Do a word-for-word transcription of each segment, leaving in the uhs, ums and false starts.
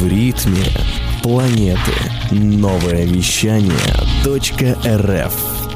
В ритме планеты. Новое вещание .рф.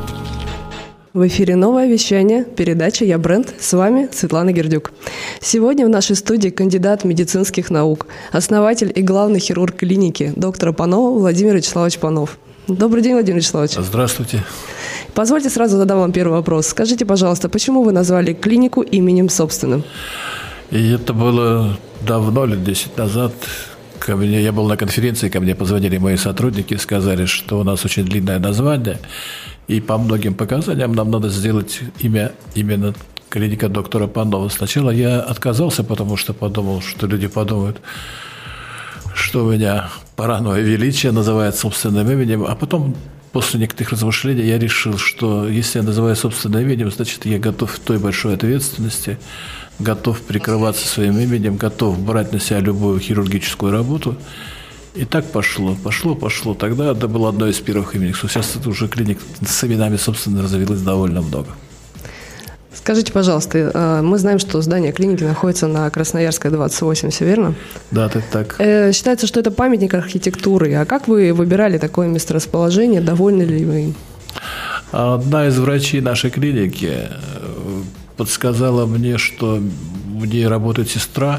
В эфире «Новое вещание», передача «Я бренд». С вами Светлана Гердюк. Сегодня в нашей студии кандидат медицинских наук, основатель и главный хирург клиники доктора Панова Владимир Вячеславович Панов. Добрый день, Владимир Вячеславович. Здравствуйте. Позвольте сразу задам вам первый вопрос. Скажите, пожалуйста, почему вы назвали клинику именем собственным? И это было давно, лет десять назад. Ко мне, я был на конференции, ко мне позвонили мои сотрудники, сказали, что у нас очень длинное название, и по многим показаниям нам надо сделать имя именно клиника доктора Панова. Сначала я отказался, потому что подумал, что люди подумают, что у меня паранойя величия называют собственным именем, а потом, после некоторых размышлений, я решил, что если я называю собственным именем, значит, я готов к той большой ответственности, готов прикрываться своим именем, готов брать на себя любую хирургическую работу. И так пошло, пошло, пошло. Тогда это было одно из первых имен. Сейчас это уже клиник с именами, собственно, развилось довольно много. Скажите, пожалуйста, мы знаем, что здание клиники находится на Красноярской, двадцать восемь, все верно? Да, это так. Считается, что это памятник архитектуры. А как вы выбирали такое месторасположение? Довольны ли вы им? Одна из врачей нашей клиники подсказала мне, что у нее работает сестра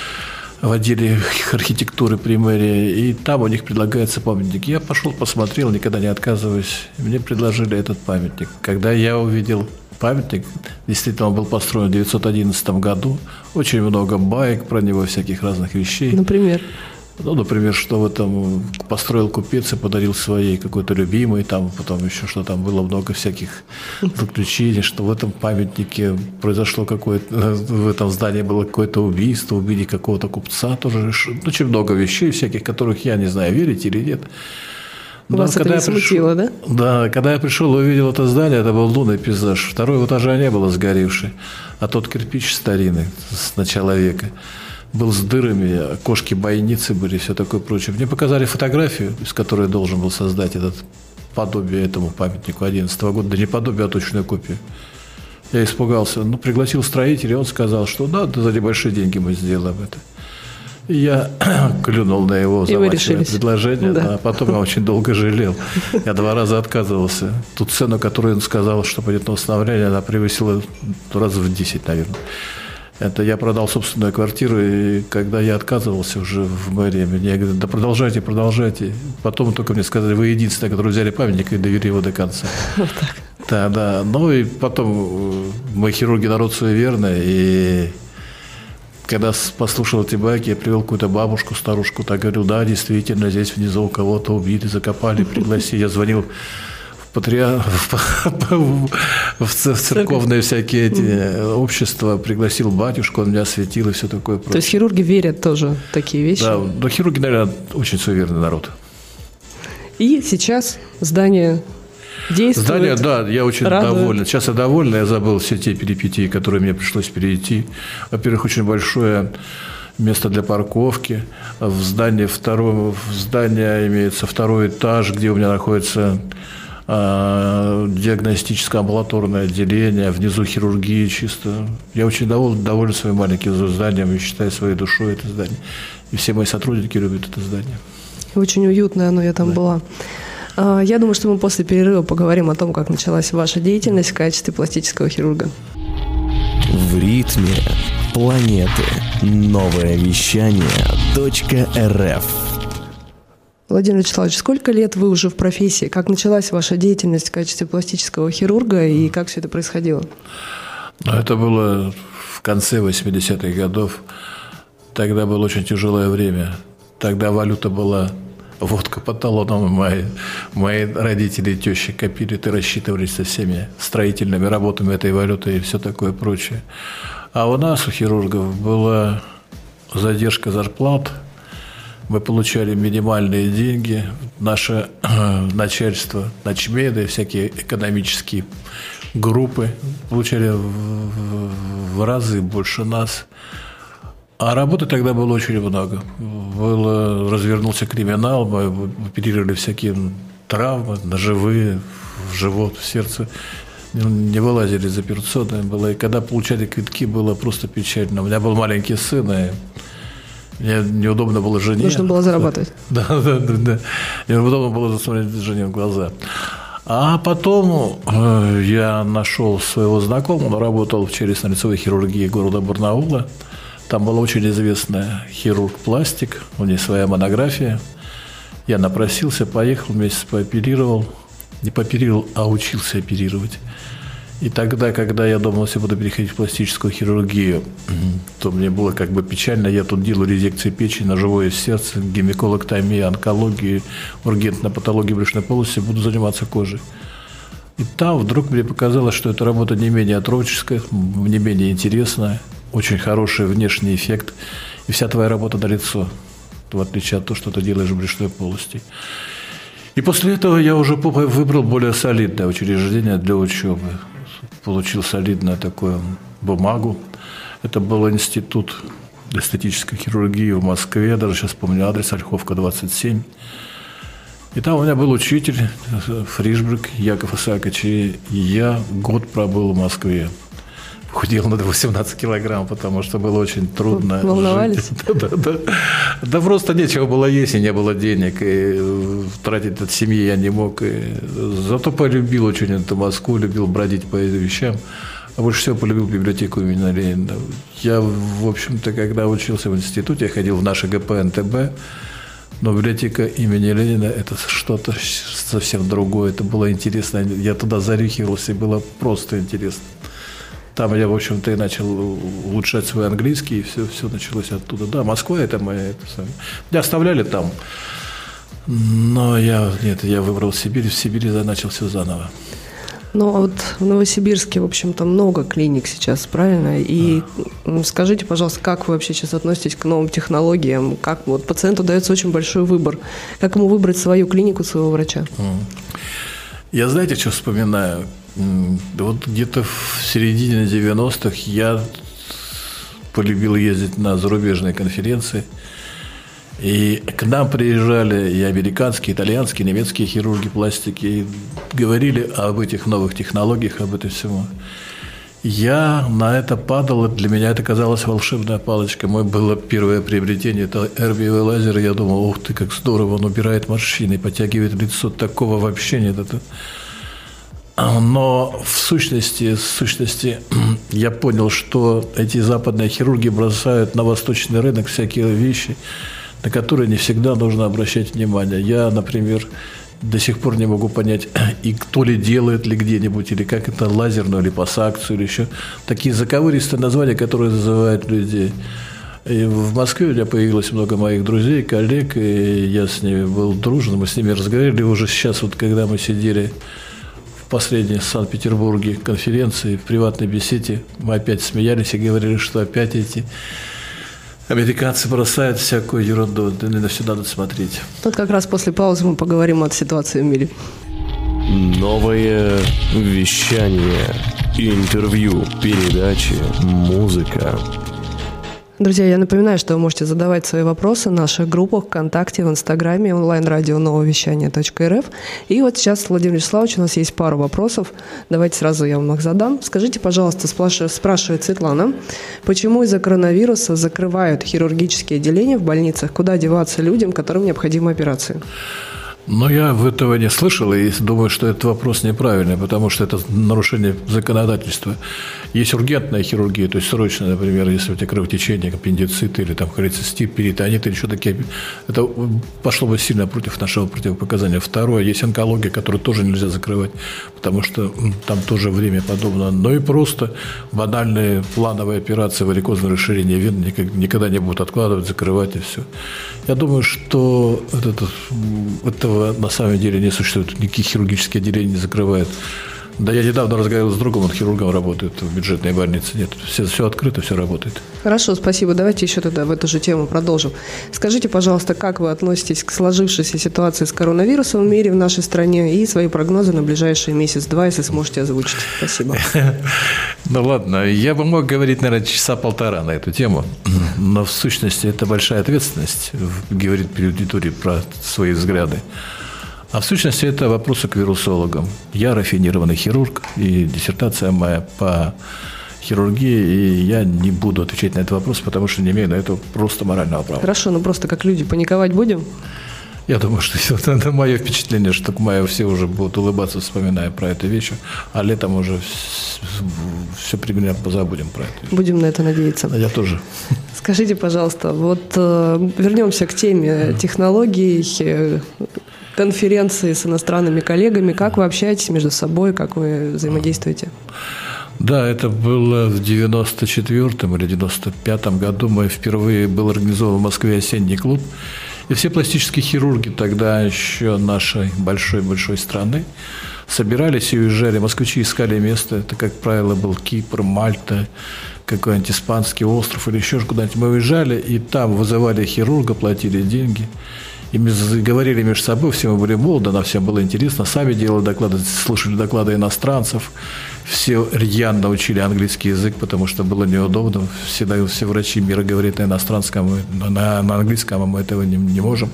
в отделе архитектуры при мэрии, и там у них предлагается памятник. Я пошел, посмотрел, никогда не отказываюсь. Мне предложили этот памятник. Когда я увидел памятник, действительно, он был построен в девятьсот одиннадцатом году. Очень много баек про него, всяких разных вещей. Например? Ну, например, что в этом построил купец и подарил своей какой-то любимой, там потом еще что там было много всяких заключений, что в этом памятнике произошло какое-то, в этом здании было какое-то убийство, убили какого-то купца тоже. Очень много вещей всяких, которых я не знаю, верить или нет. Но Вас это не смутило, пришел, да? Да, когда я пришел и увидел это здание, это был лунный пейзаж. Второго этажа не было сгоревший, а тот кирпич старинный с начала века был с дырами, окошки бойницы были, все такое прочее. Мне показали фотографию, из которой я должен был создать этот подобие этому памятнику одиннадцатого года, да не подобие, а точную копию. Я испугался, ну, пригласил строителя, и он сказал, что да, да, за небольшие деньги мы сделаем это. И я клюнул на его заманчивое предложение, да. Да, а потом я очень долго жалел. Я два раза отказывался. Ту цену, которую он сказал, что пойдет на восстановление, она превысила раз в десять, наверное. Это я продал собственную квартиру, и когда я отказывался уже в мэрии, мне говорят, да продолжайте, продолжайте. Потом только мне сказали, вы единственные, которые взяли памятник и довели его до конца. Вот так. Да, да. Ну и потом мы хирурги народ суеверный, и когда послушал эти байки, я привел какую-то бабушку, старушку, так говорил, да, действительно, здесь внизу у кого-то убили, закопали, пригласили. Я звонил в, патриар... в церковные всякие эти общества, пригласил батюшку, он меня осветил и все такое прочее. То есть хирурги верят тоже в такие вещи? Да, но хирурги, наверное, очень суеверный народ. И сейчас здание действует. Здание, да, я очень радует. доволен. Сейчас я доволен, я забыл все те перипетии, которые мне пришлось перейти. Во-первых, очень большое место для парковки. В здании, второе, в здании имеется второй этаж, где у меня находится э, диагностическое амбулаторное отделение, внизу хирургия чисто. Я очень доволен, доволен своим маленьким зданием и считаю своей душой это здание. И все мои сотрудники любят это здание. Очень уютное оно, я там да. была. Я думаю, что мы после перерыва поговорим о том, как началась ваша деятельность в качестве пластического хирурга. В ритме планеты. Новое вещание .рф. Владимир Вячеславович, сколько лет вы уже в профессии? Как началась ваша деятельность в качестве пластического хирурга и как все это происходило? Это было в конце восьмидесятых годов. Тогда было очень тяжелое время. Тогда валюта была водка по талонам. Мои, мои родители и тещи копили и рассчитывались со всеми строительными работами этой валюты и все такое прочее. А у нас, у хирургов, была задержка зарплат. Мы получали минимальные деньги. Наше начальство, начмеды, всякие экономические группы получали в, в, в разы больше нас. А работы тогда было очень много. Было, развернулся криминал, мы оперировали всякие травмы, ножевые, в живот, в сердце. Не вылазили из операционной было. И когда получали квитки, было просто печально. У меня был маленький сын, и Мне неудобно было жене. Нужно было зарабатывать. Да, да, да, да. Неудобно было смотреть жене в глаза. А потом э, я нашел своего знакомого, он работал в челюстно-лицевой хирургии города Барнаула. Там был очень известный хирург-пластик, у него своя монография. Я напросился, поехал, месяц пооперировал. Не пооперировал, а учился оперировать. И тогда, когда я думал, если буду переходить в пластическую хирургию, то мне было как бы печально. Я тут делаю резекции печени, ножевое сердце, гинекологтомию, онкологию, ургентную патологию брюшной полости, буду заниматься кожей. И там вдруг мне показалось, что эта работа не менее творческая, не менее интересная, очень хороший внешний эффект, и вся твоя работа налицо, в отличие от того, что ты делаешь в брюшной полости. И после этого я уже выбрал более солидное учреждение для учебы. Получил солидную такую бумагу. Это был институт эстетической хирургии в Москве, даже сейчас помню адрес, Ольховка, двадцать семь. И там у меня был учитель Фришберг Яков Исаакович, и я год пробыл в Москве. Худел на восемнадцать килограмм, потому что было очень трудно. Волновались? Да, да, да. Да просто нечего было есть, и не было денег, и тратить от семьи я не мог. И зато полюбил очень эту Москву, любил бродить по этим вещам. А больше всего полюбил библиотеку имени Ленина. Я, в общем-то, когда учился в институте, я ходил в наше гэ пэ эн тэ бэ, но библиотека имени Ленина – это что-то совсем другое. Это было интересно. Я туда зарюхивался, и было просто интересно. Там я, в общем-то, и начал улучшать свой английский, и все, все началось оттуда. Да, Москва – это моя… Это меня оставляли там, но я, нет, я выбрал Сибирь, в Сибири я начал все заново. Ну, а вот в Новосибирске, в общем-то, много клиник сейчас, правильно? И а. скажите, пожалуйста, как вы вообще сейчас относитесь к новым технологиям? Как вот пациенту дается очень большой выбор. Как ему выбрать свою клинику, своего врача? Я, знаете, что вспоминаю? Вот где-то в середине девяностых я полюбил ездить на зарубежные конференции. И к нам приезжали и американские, и итальянские, и немецкие хирурги пластики, и говорили об этих новых технологиях, об этом всем. Я на это падал, для меня это казалось волшебная палочка. Мое было первое приобретение, это эрбиевый лазер, и я думал, ух ты, как здорово, он убирает морщины, подтягивает лицо, такого вообще нет. Это... Но в сущности, в сущности я понял, что эти западные хирурги бросают на восточный рынок всякие вещи, на которые не всегда нужно обращать внимание. Я, например, до сих пор не могу понять, и кто ли делает ли где-нибудь, или как это, лазерную липосакцию, или еще такие заковыристые названия, которые зазывают людей. И в Москве у меня появилось много моих друзей, коллег, и я с ними был дружен, мы с ними разговаривали. Уже сейчас, вот когда мы сидели в последней в Санкт-Петербурге конференции, в приватной беседе, мы опять смеялись и говорили, что опять эти американцы бросают всякую ерунду, на все надо смотреть. Тут как раз после паузы мы поговорим о ситуации в мире. Новое вещание, интервью, передачи, музыка. Друзья, я напоминаю, что вы можете задавать свои вопросы в наших группах ВКонтакте, в Инстаграме, онлайн-радио новое вещание точка эр эф. И вот сейчас, Владимир Вячеславович, у нас есть пару вопросов. Давайте сразу я вам их задам. Скажите, пожалуйста, спрашивает Светлана, почему из-за коронавируса закрывают хирургические отделения в больницах? Куда деваться людям, которым необходима операция? Но я в этого не слышал и думаю, что этот вопрос неправильный, потому что это нарушение законодательства. Есть ургентная хирургия, то есть срочная, например, если у тебя кровотечение, аппендицит или там холецистит, перитонит или что такие. Это пошло бы сильно против нашего противопоказания. Второе, есть онкология, которую тоже нельзя закрывать, потому что там тоже время подобно. Но и просто банальные плановые операции, варикозное расширение вен никогда не будут откладывать, закрывать и все. Я думаю, что это, этого на самом деле не существует. Никаких хирургических отделений не закрывают. Да, я недавно разговаривал с другом, он хирургом работает в бюджетной больнице. Нет, все, все открыто, все работает. Хорошо, спасибо. Давайте еще тогда в эту же тему продолжим. Скажите, пожалуйста, как вы относитесь к сложившейся ситуации с коронавирусом в мире, в нашей стране, и свои прогнозы на ближайший месяц-два, если сможете озвучить. Спасибо. Ну ладно, я бы мог говорить, наверное, часа полтора на эту тему, но в сущности это большая ответственность говорить перед аудиторией про свои взгляды. А в сущности это вопросы к вирусологам. Я рафинированный хирург, и диссертация моя по хирургии, и я не буду отвечать на этот вопрос, потому что не имею на это просто морального права. Хорошо, но просто как люди паниковать будем? Я думаю, что это мое впечатление, что к маю все уже будут улыбаться, вспоминая про эту вещь, а летом уже все примерно позабудем про это. Будем на это надеяться. Я тоже. Скажите, пожалуйста, вот э, вернемся к теме технологий, э, конференции с иностранными коллегами. Как вы общаетесь между собой, как вы взаимодействуете? Да, это было в девяносто четвёртом или девяносто пятом году. Мы впервые был организован в Москве осенний клуб. И все пластические хирурги тогда еще нашей большой-большой страны собирались и уезжали. Москвичи искали место. Это, как правило, был Кипр, Мальта, какой-нибудь испанский остров или еще куда-нибудь. Мы уезжали, и там вызывали хирурга, платили деньги. И мы говорили между собой, все мы были молоды, нам всем было интересно. Сами делали доклады, слушали доклады иностранцев. Все рьяно учили английский язык, потому что было неудобно. Всегда все врачи мира говорят на иностранском, на, на английском, а мы этого не, не можем.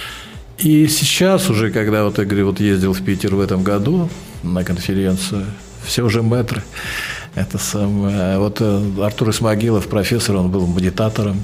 И сейчас уже, когда вот я говорю, вот ездил в Питер в этом году на конференцию, все уже мэтры. Это самое. Вот Артур Исмагилов, профессор, он был медитатором.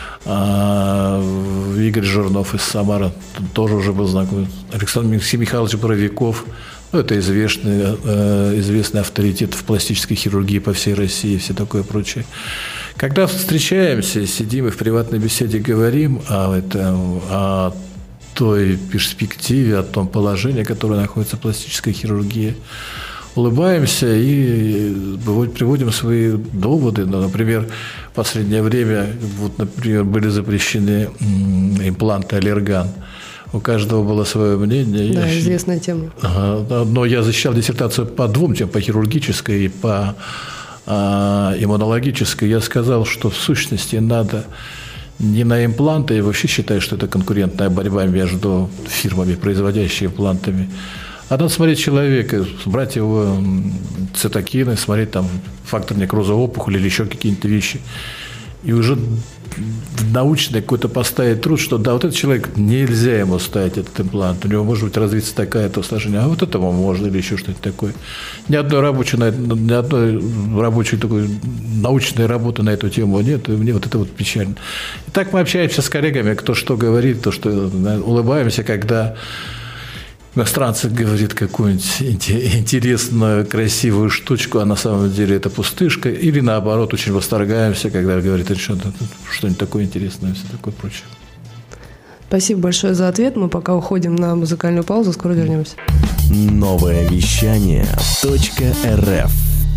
А Игорь Жирнов из Самары тоже уже был знаком. Александр Михайлович Боровиков. Ну, это известный, э, известный авторитет в пластической хирургии по всей России и все такое прочее. Когда встречаемся, сидим и в приватной беседе говорим о, это, о той перспективе, о том положении, которое находится пластическая хирургия, улыбаемся и приводим свои доводы. Например, в последнее время вот, например, были запрещены импланты Аллерган. У каждого было свое мнение. Да, я известная тема. Ага, но я защищал диссертацию по двум темам, по хирургической и по а, иммунологической. Я сказал, что в сущности надо не на импланты, я вообще считаю, что это конкурентная борьба между фирмами, производящими имплантами, а надо смотреть человека, брать его цитокины, смотреть там фактор некроза опухоли или еще какие-то вещи. И уже научный какой-то поставить труд, что да, вот этот человек, нельзя ему ставить этот имплант, у него может быть развиться такая-то осложнение, а вот этому можно или еще что-то такое. Ни одной рабочей, ни одной рабочей такой научной работы на эту тему нет, и мне вот это вот печально. И так мы общаемся с коллегами, кто что говорит, то, что улыбаемся, когда иностранцы говорит какую-нибудь интересную, красивую штучку, а на самом деле это пустышка. Или наоборот, очень восторгаемся, когда говорит что-то, что-нибудь такое интересное и все такое прочее. Спасибо большое за ответ. Мы пока уходим на музыкальную паузу, скоро вернемся. Новое вещание .рф.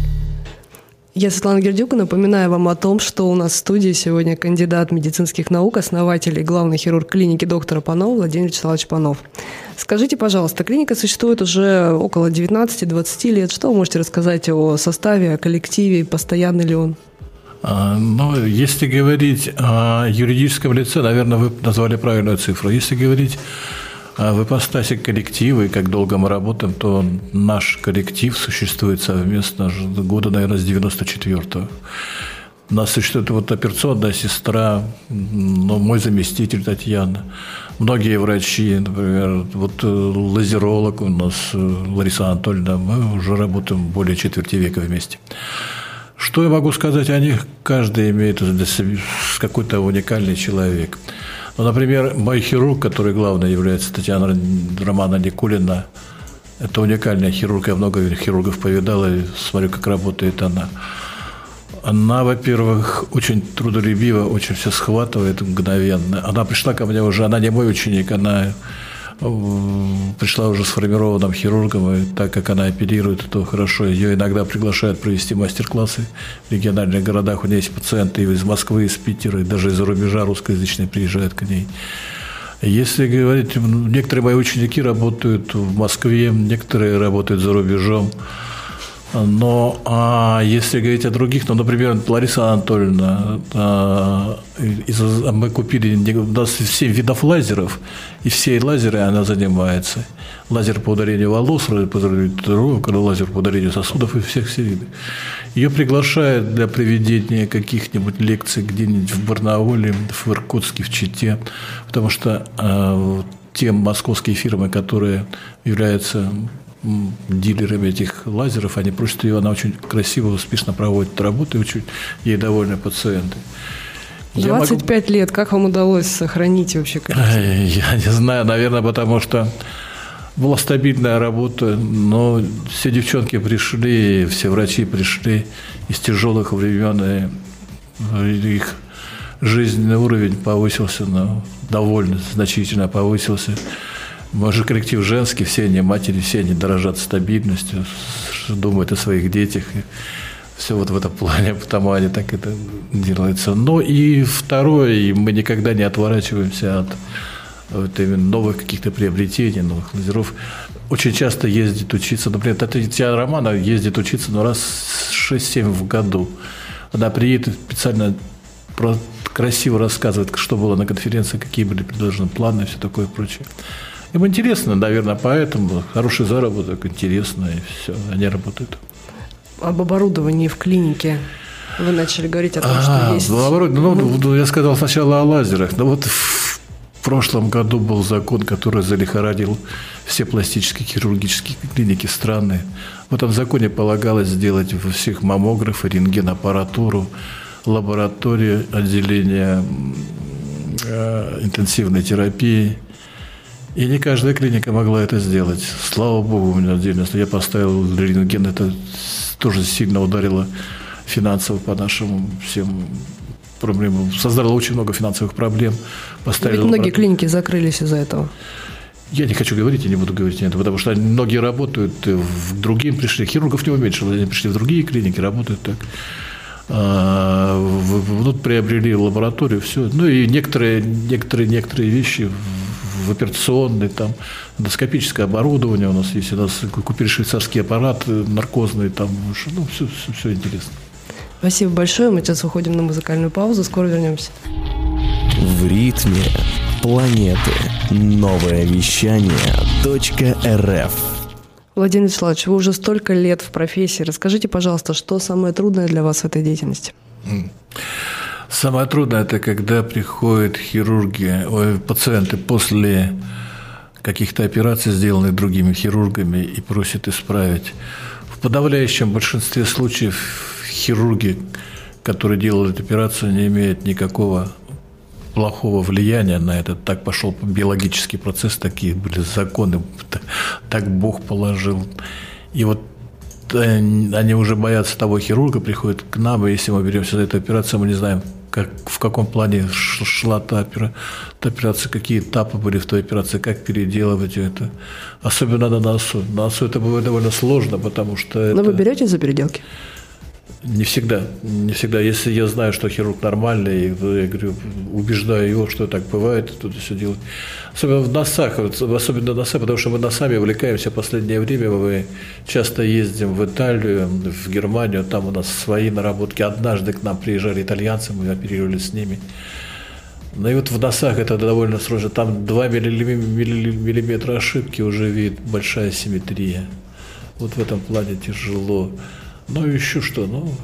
Я Светлана Гердюк, напоминаю вам о том, что у нас в студии сегодня кандидат медицинских наук, основатель и главный хирург клиники доктора Панова Владимир Вячеславович Панов. Скажите, пожалуйста, клиника существует уже около девятнадцати-двадцати лет. Что вы можете рассказать о составе, о коллективе, постоянный ли он? А, ну, если говорить о юридическом лице, наверное, вы назвали правильную цифру. Если говорить в ипостаси коллектива и как долго мы работаем, то наш коллектив существует совместно года, наверное, с девяносто четвёртого. У нас существует вот операционная сестра, ну, мой заместитель Татьяна, многие врачи, например, вот лазеролог у нас Лариса Анатольевна, мы уже работаем более четверти века вместе. Что я могу сказать о них? Каждый имеет для себя какой-то уникальный человек. Ну, например, мой хирург, который главный является Татьяна Романовна Никулина, это уникальная хирург, я много хирургов повидал и смотрю, как работает она. Она, во-первых, очень трудолюбива, очень все схватывает мгновенно. Она пришла ко мне уже, она не мой ученик, она пришла уже сформированным хирургом, и так как она оперирует, то хорошо. Ее иногда приглашают провести мастер-классы в региональных городах. У нее есть пациенты из Москвы, из Питера, и даже из-за рубежа русскоязычные приезжают к ней. Если говорить, некоторые мои ученики работают в Москве, некоторые работают за рубежом. Но а если говорить о других, ну, например, Лариса Анатольевна, а, из, мы купили, у нас семь видов лазеров, и все лазеры она занимается. Лазер по удалению волос, по удалению, лазер по удалению сосудов и всех все виды. Ее приглашают для проведения каких-нибудь лекций где-нибудь в Барнауле, в Иркутске, в Чите, потому что а, те московские фирмы, которые являются дилерами этих лазеров, они просят ее, она очень красиво, успешно проводит работу, и очень ей довольны пациенты. двадцать пять могу... лет, как вам удалось сохранить вообще коллектив? Я не знаю, наверное, потому что была стабильная работа, но все девчонки пришли, все врачи пришли из тяжелых времен, и их жизненный уровень повысился, но довольно значительно повысился. Мы же коллектив женский, все они матери, все они дорожат стабильностью, думают о своих детях. И все вот в этом плане, потому они так это делается. Но и второе, мы никогда не отворачиваемся от вот именно новых каких-то приобретений, новых лазеров. Очень часто ездит учиться, например, Татьяна Романа ездит учиться ну, раз шесть-семь в году. Она приедет специально про красиво рассказывает, что было на конференции, какие были предложены планы и все такое прочее. Им интересно, наверное, поэтому хороший заработок, интересно, и все, они работают. Об оборудовании в клинике вы начали говорить о том, а, что есть... Ну, ну, я сказал сначала о лазерах, но вот в прошлом году был закон, который залихорадил все пластические хирургические клиники страны. В этом законе полагалось сделать во всех маммографы, рентгенаппаратуру, лаборатории, отделения э, интенсивной терапии. И не каждая клиника могла это сделать. Слава богу, у меня отдельно. Я поставил рентген, это тоже сильно ударило финансово по нашим всем проблемам. Создало очень много финансовых проблем. Ведь многие клиники закрылись из-за этого. Я не хочу говорить, я не буду говорить это, потому что многие работают, в другим пришли, хирургов не уменьшилось, они пришли в другие клиники, работают так. Вот приобрели лабораторию, все. Ну и некоторые, некоторые, некоторые вещи в операционной, там, эндоскопическое оборудование у нас есть, у нас купили швейцарский аппарат наркозный, там, ну, все, все, все интересно. Спасибо большое, мы сейчас уходим на музыкальную паузу, скоро вернемся. В ритме планеты. Новое вещание .рф. Владимир Вячеславович, вы уже столько лет в профессии. Расскажите, пожалуйста, что самое трудное для вас в этой деятельности? Самое трудное – это когда приходят хирурги, ой, пациенты после каких-то операций, сделанных другими хирургами, и просят исправить. В подавляющем большинстве случаев хирурги, которые делают операцию, не имеют никакого плохого влияния на это. Так пошел биологический процесс, такие были законы, так Бог положил. И вот они уже боятся того хирурга, приходят к нам, и если мы беремся за эту операцию, мы не знаем, как, в каком плане шла та, опера, та операция, какие этапы были в той операции, как переделывать это. Особенно на носу. На носу это бывает довольно сложно, потому что... Но это... вы берете за переделки? Не всегда. Не всегда. Если я знаю, что хирург нормальный, я говорю, убеждаю его, что так бывает, тут все делать. Особенно в носах, особенно в носах, потому что мы носами увлекаемся в последнее время. Мы часто ездим в Италию, в Германию, там у нас свои наработки. Однажды к нам приезжали итальянцы, мы оперировали с ними. Ну и вот в носах это довольно сложно. Там два миллиметра ошибки, уже видит большая симметрия. Вот в этом плане тяжело. Ну, еще что, ну,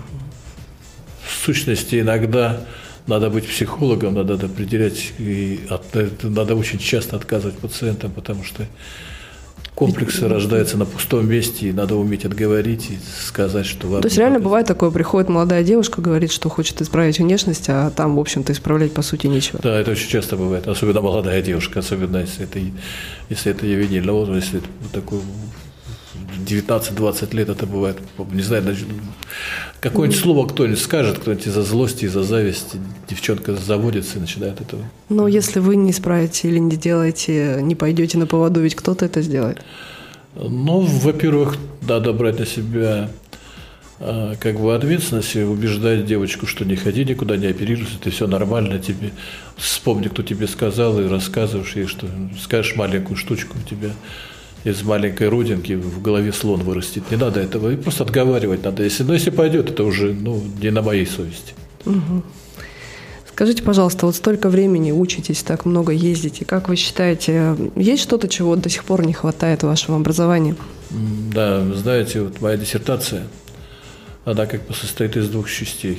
в сущности, иногда надо быть психологом, надо определять, и от, надо очень часто отказывать пациентам, потому что комплексы рождаются на пустом месте, и надо уметь отговорить и сказать, что вам... То есть реально бывает такое, приходит молодая девушка, говорит, что хочет исправить внешность, а там, в общем-то, исправлять по сути нечего. Да, это очень часто бывает, особенно молодая девушка, особенно если это, если это ювенильный возраст, если это такой... девятнадцать-двадцать лет это бывает, не знаю, какое-нибудь слово кто-нибудь скажет, кто-нибудь из-за злости, из-за зависти, девчонка заводится и начинает этого. Но если вы не исправите или не делаете, не пойдете на поводу, ведь кто-то это сделает. Ну, во-первых, надо брать на себя как бы ответственность и убеждать девочку, что не ходи никуда, не оперируйся, ты все нормально, тебе вспомни, кто тебе сказал, и рассказываешь ей, что скажешь маленькую штучку у тебя. Из маленькой родинки в голове слон вырастет. Не надо этого. И просто отговаривать надо. Если, ну, если пойдет, это уже ну, не на моей совести. Угу. Скажите, пожалуйста, вот столько времени учитесь, так много ездите. Как вы считаете, есть что-то, чего до сих пор не хватает в вашем образовании? Да, знаете, вот моя диссертация, она как бы состоит из двух частей.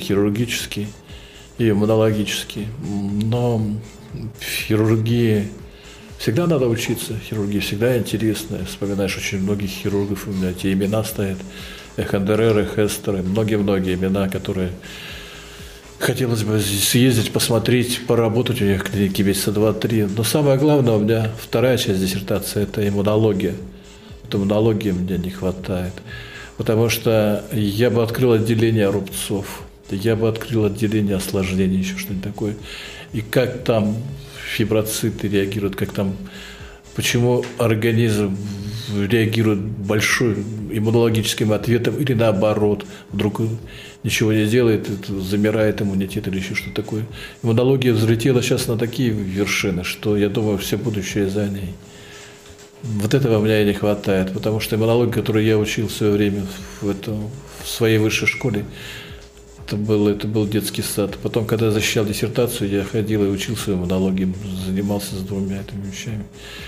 Хирургический и иммунологический. Но в хирургии Всегда надо учиться. Хирургия всегда интересная. Вспоминаешь очень многих хирургов, у меня те имена стоят. Эхандереры, Хестеры, многие-многие имена, которые хотелось бы съездить, посмотреть, поработать у них в клинике месяца два-три. Но самое главное, у меня вторая часть диссертации – это иммунология. Вот иммунологии мне не хватает. Потому что я бы открыл отделение рубцов, я бы открыл отделение осложнений, еще что-нибудь такое. И как там фиброциты реагируют, как там, почему организм реагирует большим иммунологическим ответом или наоборот, вдруг ничего не делает, замирает иммунитет или еще что-то такое. Иммунология взлетела сейчас на такие вершины, что я думаю, все будущее за ней. Вот этого у меня и не хватает, потому что иммунология, которую я учил в свое время в, этом, в своей высшей школе, это был, это был детский сад. Потом, когда я защищал диссертацию, я ходил и учился иммунологии, занимался с двумя этими вещами.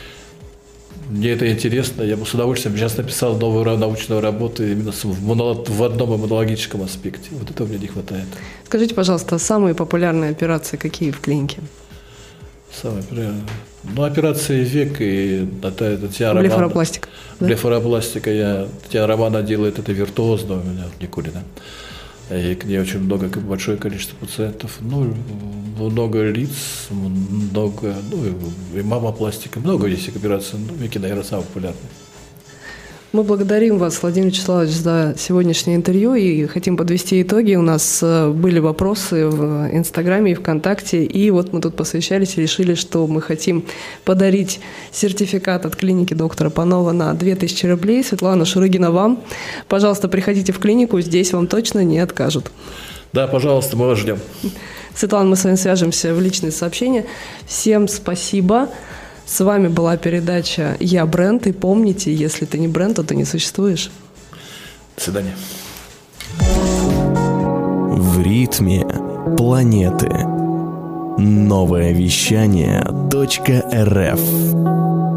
Мне это интересно, я бы с удовольствием сейчас написал новую научную работу именно в одном иммунологическом аспекте. Вот этого мне не хватает. Скажите, пожалуйста, самые популярные операции какие в клинике? Самые популярные? Ну, операции век и Татьяна Романовна. Блефаропластика. Да? Блефаропластика. Я, Татьяна Романовна делает это виртуозно у меня в Никулино. И к ней очень много, большое количество пациентов, ну, много лиц, много, ну, и мамопластика, много есть операций, ну, Вики, наверное, самые популярные. Мы благодарим вас, Владимир Вячеславович, за сегодняшнее интервью и хотим подвести итоги. У нас были вопросы в Инстаграме и ВКонтакте, и вот мы тут посовещались и решили, что мы хотим подарить сертификат от клиники доктора Панова на две тысячи рублей. Светлана Шурыгина, вам. Пожалуйста, приходите в клинику, здесь вам точно не откажут. Да, пожалуйста, мы вас ждем. Светлана, мы с вами свяжемся в личные сообщения. Всем спасибо. С вами была передача «Я бренд», и помните, если ты не бренд, то ты не существуешь. До свидания. В ритме планеты. Новое вещание .рф